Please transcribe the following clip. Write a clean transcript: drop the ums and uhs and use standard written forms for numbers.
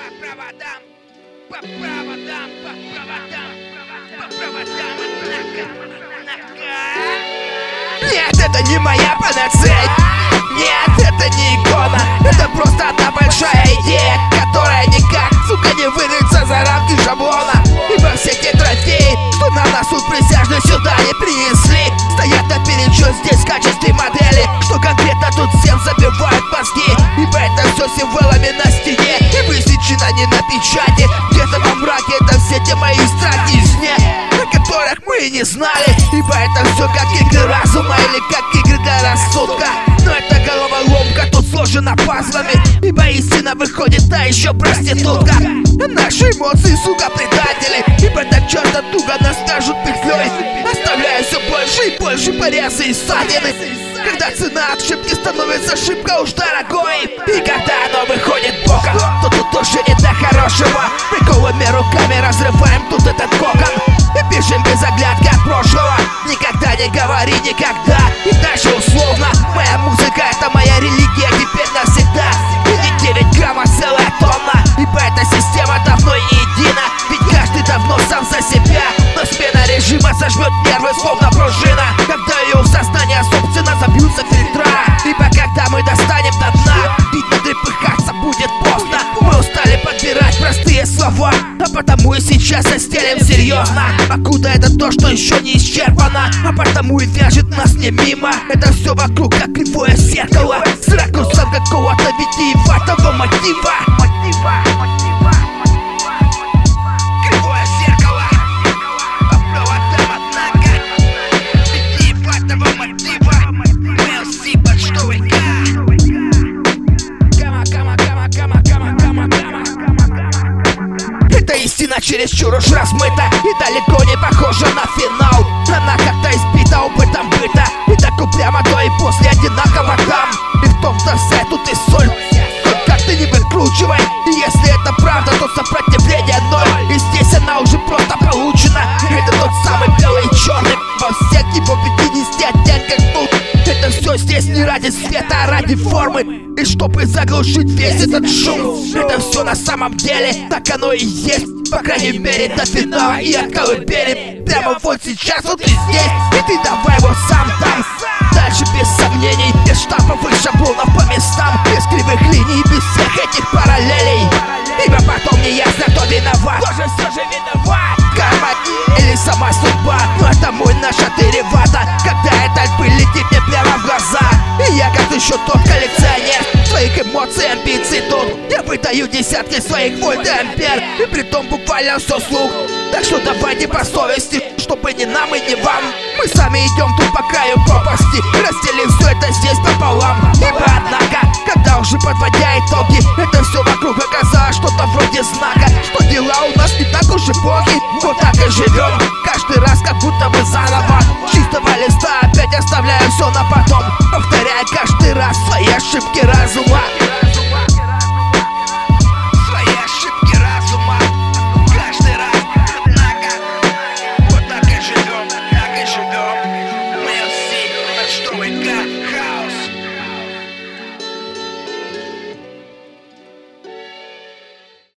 Нет, это не моя панацея. Нет, это не икона. Это просто одна большая идея, которая никак, сука, не вырвется за рамки шаблона. Ибо все те трофеи, что на носу присяжные сюда не принесли, стоят наперечет здесь в качестве модели, что конкретно тут всем забивают мозги. Ибо это все символами на стене и высечено не на печати. Где-то во мраке это все те мои страхи и сне, о которых мы и не знали. Ибо это все как игры разума или как игры для рассудка. Но эта головоломка тут сложена пазлами, ибо истина выходит та еще проститутка. Наши эмоции, сука, предатели, ибо так часто туго нас скажут петлей, оставляя все больше и больше порезы и ссадины. Когда цена ошибки становится ошибка уж дорогой, и когда оно выходит боком, то тут уже не до хорошего. Приколами руками разрываем тут этот кокон и бежим без оглядки от прошлого. Никогда не говори никогда, и дальше условно. Моя музыка — это моя религия теперь навсегда. И не 9 грамм, а целая тонна, ибо эта система давно не едина. Ведь каждый давно сам за себя, но смена режима сожмет нервы словно пружина, когда ее в сознание собственно забьются фильтра. Ибо когда мы достанем до дна, видно, трепыхаться будет поздно. Мы устали подбирать простые слова, а потому и сейчас застелим серьезно. Покуда это то, что еще не исчерпано, а потому и вяжет нас не мимо. Это все вокруг как кривое зеркало с ракурсом какого-то витиеватого мотива. Кривое зеркало по проводам, однако витиеватого мотива. МЛС почтовый Эта истина чересчур уж размыта и далеко не похожа на финал. Она как-то избита опытом быта, и так упрямо то и после одинаково там. И в том-то вся тут и соль. Только ты не выкручивай, и если это правда, то сопротивление ноль. И здесь она уже просто получена. Это тот самый белый и черный во всех его 50 оттенках тут. Это все здесь не ради света, а ради формы, и чтобы заглушить весь этот шум. Это все на самом деле так оно и есть, по крайней мере до финала и от колыбели. Прямо вот сейчас, вот и здесь, и ты давай вот сам там. Дальше без сомнений, без штампов и шаблонов по местам, без кривых линий, без всех этих параллелей. Ибо потом не ясно, кто виноват. Кто же все же виноват? Карма или сама судьба? Но это мой наш отрывата, когда эта пыль летит мне прямо в глаза. И я как еще тот коллекционер своих эмоций, амбиций тут. Я выдаю десятки своих вольт и ампер, и притом буквально все слух. Так что давайте по совести, чтобы ни нам и ни вам. Мы сами идем тут по краю пропасти, разделим все это здесь пополам. Ибо однако, когда уже подводя итоги, это все вокруг оказалось что-то вроде знака, что дела у нас не так уж и плохи. Вот так и живем, каждый раз как будто бы заново. С чистого листа опять оставляем все на потом, повторяя каждый раз свои ошибки разума.